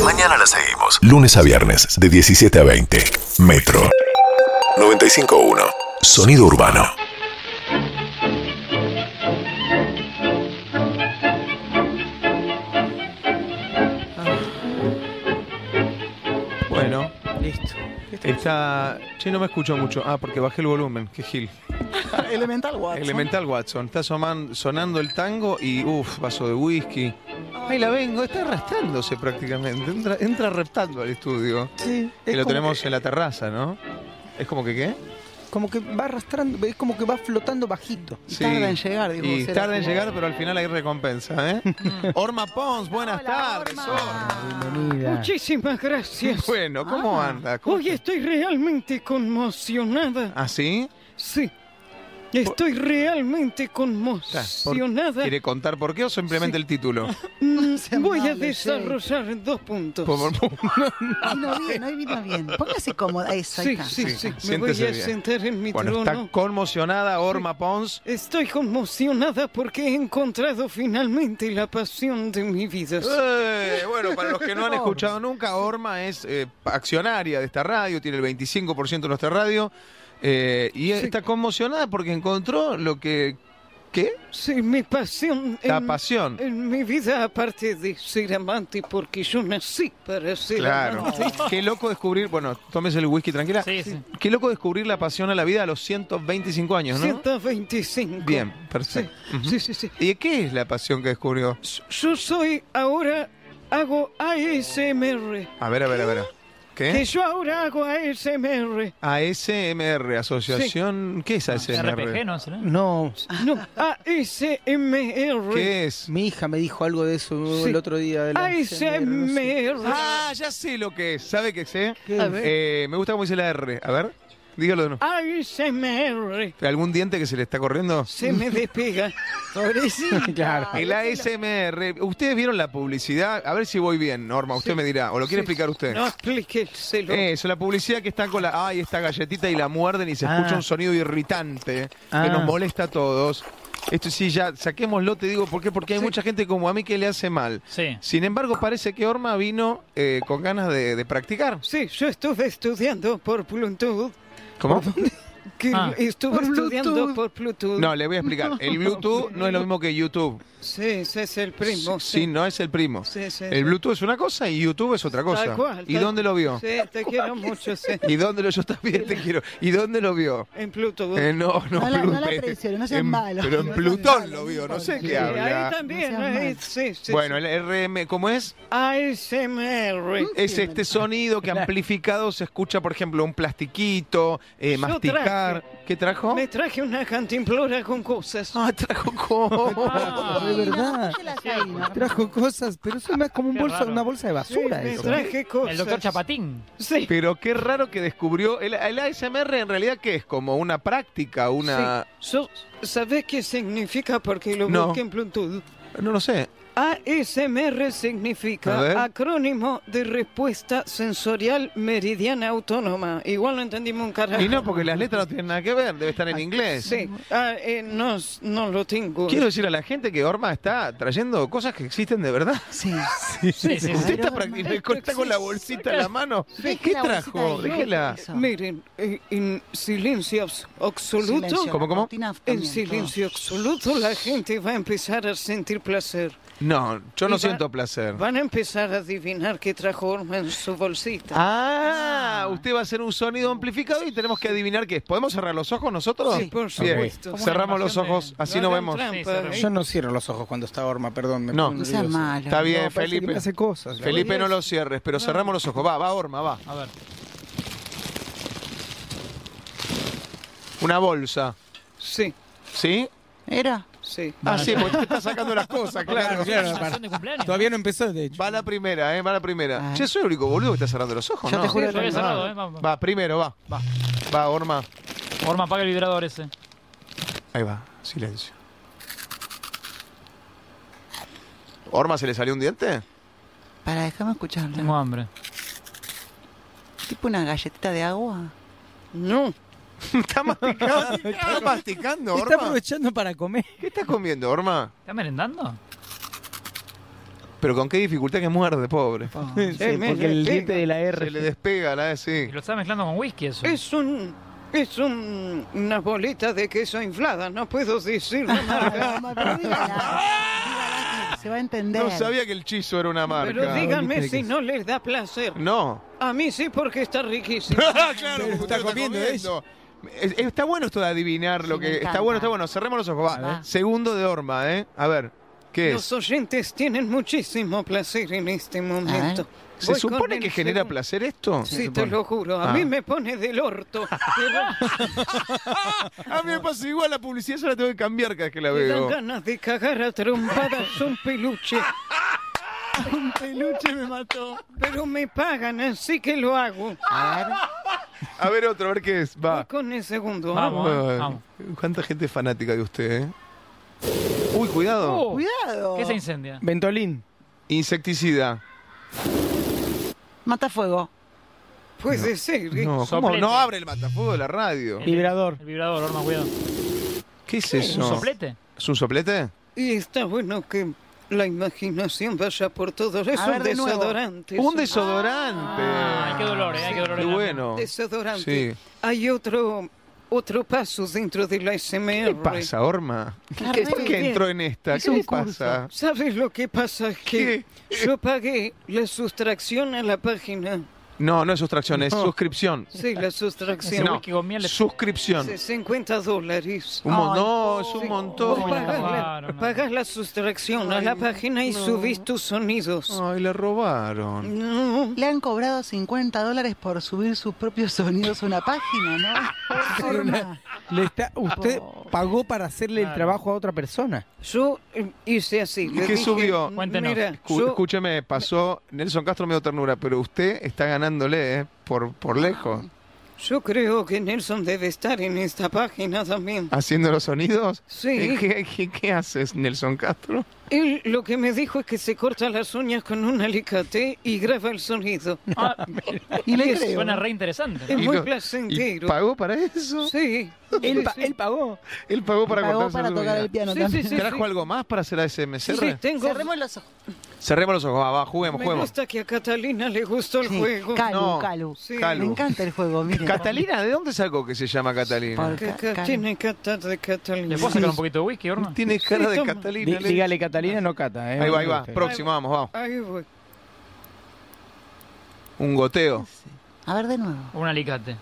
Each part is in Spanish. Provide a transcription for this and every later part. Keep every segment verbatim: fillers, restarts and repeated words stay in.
Mañana la seguimos. Lunes a viernes, de diecisiete a veinte. Metro noventa y cinco punto uno. Sonido urbano. Bueno, Listo. está... Che, no me escucho mucho. Ah, porque bajé el volumen. Qué gil. Elemental Watson. Elemental Watson. Está soman- sonando el tango y, uff, vaso de whisky. Ahí la vengo. Está arrastrándose prácticamente. Entra, entra reptando al estudio. Sí, Que es lo como tenemos que- en la terraza, ¿no? Es como que, ¿qué? Como que va arrastrando, es como que va flotando bajito. Sí. Tarda en llegar, digo. Y será tarda en como- llegar, pero al final hay recompensa, ¿eh? Orma Pons, buenas Hola, tardes. Orma. Orma. Bienvenida. Muchísimas gracias. Bueno, ¿cómo Ah. anda? ¿Cómo Hoy estoy realmente conmocionada. ¿Ah, sí? Sí. Estoy realmente ¿Por- conmocionada. ¿Quiere contar por qué o simplemente Sí. el título? Mm, sea Voy a amable, desarrollar dos puntos. Por- por- Vino bien, hoy vino bien. Póngase cómoda, eso, ahí Sí, está. sí, Sí, sí. Me siéntese voy a bien. sentar en mi Bueno, trono. está conmocionada Orma Pons. Estoy conmocionada porque he encontrado finalmente la pasión de mi vida. Eh, bueno, para los que no han escuchado nunca, Orma es eh, accionaria de esta radio, tiene el veinticinco por ciento de nuestra radio, eh, y Sí. está conmocionada porque encontró lo que... ¿Qué? Sí, mi pasión. La en- pasión. En mi vida, aparte de ser amante, porque yo nací para ser Claro. amante. Qué loco descubrir, bueno, tómese el whisky tranquila. Sí, sí. Qué loco descubrir la pasión a la vida a los ciento veinticinco años, ¿no? ciento veinticinco. Bien, Sí, perfecto. Ujú. sí, sí, sí. ¿Y qué es la pasión que descubrió? Yo soy ahora, hago A S M R. A ver, a ver, a ver. Que ¿Qué? yo ahora hago A S M R. A S M R, Asociación... ¿Qué es A S M R? R P G, ¿no? ¿Será? No, No, A S M R. ¿Qué es? mi hija me dijo algo de eso Sí. el otro día. De la A S M R. Ah, ya sé lo que es. ¿Sabe qué sé? ¿Qué? A ver. Eh, me gusta cómo dice la R. A ver, dígalo de nuevo. A S M R. ¿Algún diente que se le está corriendo? Se me despega. Pobrecito. Claro. El A S M R. ¿Ustedes vieron la publicidad? A ver si voy bien, Norma. Usted Sí. me dirá. ¿O lo quiere Sí. explicar usted? No explíqueselo. Eso, la publicidad que están con la... Ay, esta galletita y la muerden y se Ah. escucha un sonido irritante Ah. que nos molesta a todos. Esto sí, ya saquémoslo, te digo, ¿por qué? Porque hay mucha gente como a mí que le hace mal. Sí. Sin embargo, parece que Orma vino eh, con ganas de, de practicar. Sí, yo estuve estudiando por Bluetooth. ¿Cómo? Que Ah. estuve Por estudiando Bluetooth. por Bluetooth. No, le voy a explicar. El Bluetooth no es lo mismo que YouTube. Sí, ese es el primo. Sí, no es el primo. Sí, sí, El sí. Bluetooth es una cosa y YouTube es otra cosa. Tal cual, ¿Y tal- dónde lo vio? Sí, te quiero mucho, sí. ¿Y dónde lo yo también te quiero? ¿Y dónde lo vio? En Bluetooth. Eh, no, no, No la- no la Plute- presiones, no seas en- malo. Pero en No seas Plutón malo, lo vio, no sé Sí, qué habla. ahí también, No seas ahí, mal. sí, sí. Bueno, sí. el R M, ¿cómo es? A S M R. Es este sonido que amplificado se escucha, por ejemplo, un plastiquito, eh, Yo masticar. ¿Qué trajo? Me traje una cantimplora con cosas. Ah, trajo como... Ah. De verdad. Póngelas ahí, Norma. Trajo cosas, pero eso es más como un Qué bolsa, raro. una bolsa de Sí, basura. me eso. traje cosas. El doctor Chapatín. Sí. Pero qué raro que descubrió... El, el A S M R en realidad, ¿qué es? Como una práctica, una... So- ¿Sabés qué significa? Porque lo No. busqué en Bluetooth. No lo sé. A S M R A ver. significa acrónimo de respuesta sensorial meridiana autónoma. Igual no entendimos un carajo. Y no, porque las letras no tienen nada que ver, debe estar en inglés. Sí, ah, eh, no, no lo tengo. Quiero decir a la gente que Orma está trayendo cosas que existen de verdad. Sí. Sí, sí, sí. ¿Usted está, Orma. practicando, está con la bolsita en la mano? Deje ¿Qué la bolsita trajo? ahí. Déjela. Eso. Miren, eh, en silencio abs- absoluto, Silencio, ¿Cómo, la cómo? cortina en también, silencio absoluto, la gente va a empezar a sentir placer. No, yo Y no va- siento placer. Van a empezar a adivinar qué trajo Orma en su bolsita. Ah, usted va a hacer un sonido amplificado y tenemos que adivinar qué es. ¿Podemos cerrar los ojos nosotros? Sí, por Bien, supuesto. Como cerramos una los animación ojos, de- así No no hagan vemos. trampa, Sí, cerré. ¿eh? Yo no cierro los ojos cuando está Orma, perdón. Me No. pongo No seas nervioso. malo. Está bien, No, parece que Felipe. me hace cosas. Felipe, no lo cierres, pero cerramos los ojos. Va, va, Orma, va. A ver. Una bolsa. Sí, ¿Sí? ¿Era? sí. Ah, sí, porque te está sacando las cosas, claro. Claro, Animación para. de cumpleaños. Todavía no empezó, de hecho. Va la primera, eh, va la primera. Ah. Che, soy el único boludo que está cerrando los ojos, Ya ¿no? te juro Sí, lo había que no. cerrado, ¿eh? Vamos. Va, primero, va. Va. Va, Orma. Orma, apaga el vibrador ese. Ahí va, silencio. ¿Orma se le salió un diente? Para, déjame escucharlo. Tengo hambre. ¿Tipo una galletita de agua? No, Está masticando. Está masticando, Está Orma. aprovechando para comer. ¿Qué estás comiendo, Orma? ¿Estás merendando? Pero con qué dificultad que muerde, pobre. Sí, Se me porque el despega. diente de la R. Se le despega la E, Y sí. lo está mezclando con whisky eso. Es un... Es un, una bolita de queso inflada, no puedo decir la marca. Vamos, pero dígala, dígala que se va a entender. No sabía que el chizo era una marca. Pero díganme bolita de si queso. no les da placer. No. A mí sí, porque está riquísimo. Claro, Pero porque está usted lo comiendo comiendo. Es- Está bueno esto de adivinar lo Sí, me que... Está encanta. bueno, está bueno. Cerremos los ojos. Va. Va. Segundo de horma, ¿eh? A ver, ¿qué Los es? oyentes tienen muchísimo placer en este momento. ¿Se Voy con supone el que genera segundo. placer esto? Sí, te lo juro. A Ah. mí me pone del orto. Pero A mí me pasa igual la publicidad, yo la tengo que cambiar cada vez que la me dan veo. ganas de cagar a trompadas un peluche. Un peluche me mató. Pero me pagan, así que lo hago. A ver, A ver otro, a ver qué es. Voy Va. con el segundo. Vamos, ¿ah? eh, Ay, vamos. ¿Cuánta gente es fanática de usted, eh? Uy, cuidado. Oh, cuidado. ¿Qué se incendia? Ventolín. Insecticida. Matafuego. Puede ser. ¿eh? No, ¿cómo? Soplete. No abre el matafuego de la radio. Vibrador. El vibrador, Orma, cuidado. ¿Qué es ¿Un eso? soplete? ¿Es un soplete? Y está bueno que la imaginación vaya por todo. Es A un ver, de nuevo. desodorante. Un es desodorante. Ay, qué dolor, eh, qué dolor. Qué en la- bueno. desodorante. Sí. Hay otro otro paso dentro de la A S M ¿Qué R. le pasa, Orma? Que ¿Por estoy qué bien. entró en esta? Es ¿Qué un le curso. pasa? ¿Sabes lo que pasa? Es que yo pagué la sustracción a la página. No, no es sustracción, es No. suscripción. Sí, la Ese sustracción. No. whisky con miel le- Suscripción. Sí, cincuenta dólares. Un mon- Ay, no, es un Sí. montón. Vos me pagás la, estafaron, no. pagás la sustracción a la página y subís tus sonidos. Ay, le robaron. No. Le han cobrado cincuenta dólares por subir sus propios sonidos a una página, ¿no? Forma. Le está, usted Pobre. pagó para hacerle el Claro. trabajo a otra persona. Yo eh, hice así. ¿Y le qué dije, subió? Cuéntenos. Mira, Escu- yo- Escúcheme, pasó Nelson Castro medio ternura, pero usted está ganándole, ¿eh? Por, por lejos. Yo creo que Nelson debe estar en esta página también. ¿Haciendo los sonidos? Sí. Eh, ¿Qué, qué, qué haces, Nelson Castro? Él lo que me dijo es que se corta las uñas con un alicate y graba el sonido. Ah, Y le Es- creo. suena re interesante. Es ¿Y muy lo- placentero. ¿Y pagó para eso? Sí. Él, Sí, pa- sí. él pagó. Él pagó para Pagó cortarse para las tocar uñas. el piano Sí, también. sí, sí. ¿Trajo algo más para hacer A S M C R? Sí, tengo. Cerremos los ojos. Cerremos los ojos, va, va, juguemos, Me juguemos. gusta que a Catalina le gustó el Sí, juego. Calu, No. Calu. Sí. Calu. Me encanta el juego, mire. ¿Catalina? ¿De dónde sacó que se llama Catalina? Por- Que Ca- ca- Calu. tiene cara de Catalina. ¿Le puedo sacar un poquito de whisky, Orma? Tiene cara de toma. Catalina. Dí- le- dígale Catalina, no Cata. ¿eh? Ahí va, ahí va. Usted. Próximo, vamos, vamos. Ahí voy. Un goteo. A ver de nuevo. Un alicate.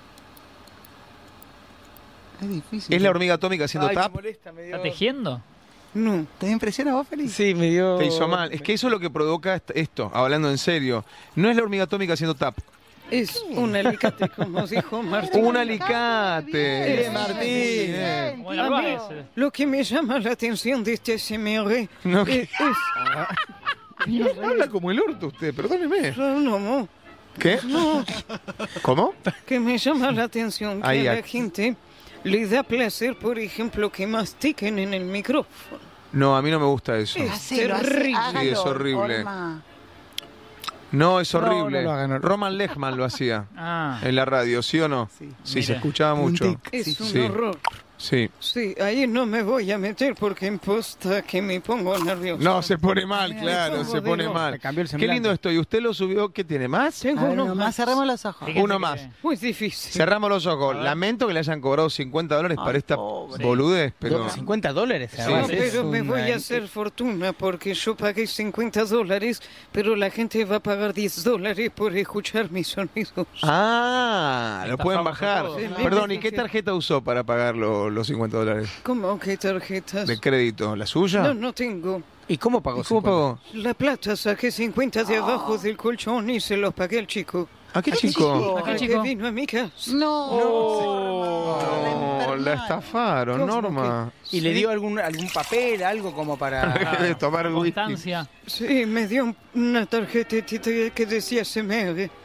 Es difícil. ¿Es la hormiga atómica haciendo Ay, me tap? molesta, me dio- ¿Está tejiendo? No. ¿Te impresiona vos, Feliz? Sí, me dio... Te hizo mal. Es que eso es lo que provoca est- esto, hablando en serio. No es la hormiga atómica haciendo tap. Es un alicate, como dijo Martín. Un alicate. Bien, Martín. Bien. Como el A mí, albahaca ese. lo que me llama la atención de este A S M R No, es, que- es Habla como el orto usted, perdóneme. no, no, ¿Qué? no, ¿Cómo? que me llama la atención que Ahí, a la aquí. gente le da placer, por ejemplo, que mastiquen en el micrófono. No, a mí no me gusta eso. Es Hacelo, hace- terrible. hágalo, Sí, es horrible. Orma. No, es No, horrible. no lo hagan, no. Roman Lechman lo hacía Ah, en la radio, ¿sí o no? Sí. Sí, Mira. se escuchaba Un mucho. tic. Es Sí, un sí. horror. Sí. Sí, ahí no me voy a meter porque en posta que me pongo nervioso. No, se pone mal, Me claro, pongo se de pone loco. mal. Me cambió el Qué semblante. lindo esto. ¿Y usted lo subió? ¿Qué tiene más? Tengo A ver, uno nomás más. cerremos los ojos. Fíjense Uno que- más. Muy difícil. Cerramos los ojos. Lamento que le hayan cobrado cincuenta dólares para Ay, esta pobre. boludez, pero... Do- cincuenta dólares. Sí. además, No, es pero me una- voy a hacer fortuna porque yo pagué cincuenta dólares, pero la gente va a pagar diez dólares por escuchar mis sonidos. Ah, lo pueden Estafamos a bajar. todos. Sí, Perdón, sí, ¿y qué sí. tarjeta usó para pagar lo- los cincuenta dólares ¿Cómo que tarjetas? de crédito? ¿La suya? No, no tengo. ¿Y cómo pagó? ¿Y cómo cincuenta? pagó? La plata saqué cincuenta de abajo del colchón y se los pagué al chico. ¿A qué ¿A qué chico? chico? ¿A qué Al que chico? vino a mi casa. No. No, la estafaron, ¿Cómo Norma. ¿Y le dio algún, algún papel, algo como para...? De tomar whisky. Constancia. Sí, me dio una tarjetita que decía S M R.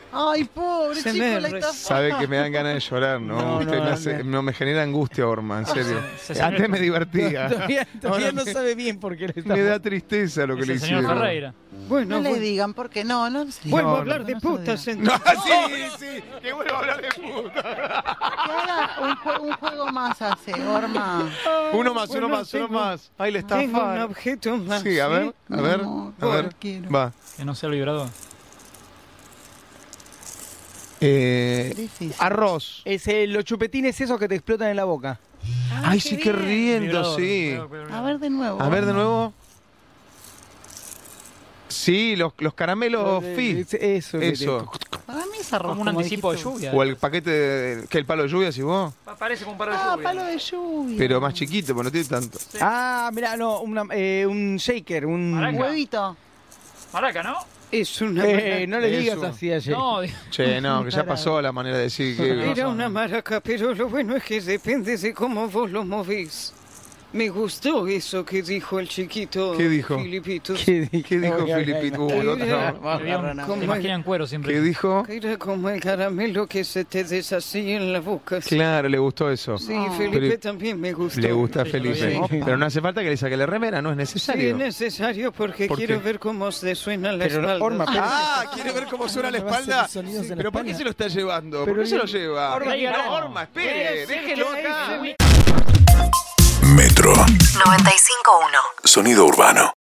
Ay, pobre Se chico, me la re- está Sabe que me dan ganas de llorar, ¿no? No, Usted no, me, hace- no. no, me genera angustia, Orma, en serio. Se- se- Antes me divertía. Todavía, todavía Ahora no me- sabe bien por qué le está Me da tristeza lo que Es le el señor hicieron. Ferreira. Bueno, No le vu- digan, porque no, no sé. vuelvo No, a hablar no, de no se putas diga. No, entonces. sí, sí, que vuelvo a hablar de puta. Que haga un, jue- un juego más hace, Orma. Uno más, uno Bueno, más, uno tengo- más. Ahí le está. Tengo un objeto más. Sí, a ver, a ver, No, a ver. no quiero. Va. Que no sea el vibrador. Eh, Difícil. arroz. Es eh, los chupetines esos que te explotan en la boca. Ay, sí, qué riendo, Vibrador, sí. cuidado, cuidado, A cuidado. ver de nuevo. A ver de Orma. nuevo. Sí, los, los caramelos Fi. Es- Eso. que te- Eso. Para mí es arroz. Como un como anticipo de dijiste vos. lluvia. O el paquete de, que el palo de lluvia, si vos. Pa- Parece como un palo de Ah, lluvia. palo de lluvia. Pero más chiquito, porque no tiene tanto. Ah, mira, no, una, eh, un shaker, un... Maraca. Huevito. Maraca, ¿no? Es una Eh, no le Eso. digas así ayer. No, digo, Che, no, que ya Tarado. pasó la manera de decir que. Era una maraca, pero lo bueno es que depende de cómo vos lo movés. Me gustó eso que dijo el chiquito ¿Qué dijo? Filipitos. ¿Qué, ¿Qué dijo Oiga, Filipito? oiga, Uy, oiga. otra vez. oiga, había un- Rana. ¿Cómo te imaginan cuero siempre. ¿Qué dijo? Era como el caramelo que se te deshacía en la boca. Claro, le gustó eso. Sí, Ah. Felipe Pero- también me gustó. Le gusta a Sí, Felipe. sí. Pero no hace falta que le saque la remera, no es Sí, necesario. es necesario porque ¿Por quiero qué? ver cómo se suena la Pero, espalda. Orma, pero- Ah, ¿quiere ver cómo suena la Va a hacer espalda? sonidos en la ¿Pero por qué espalda. se lo está llevando? ¿Por Pero qué se lo bien. lleva? Orma, No, Orma, espere, déjelo acá. Metro. noventa y cinco punto uno. Sonido urbano.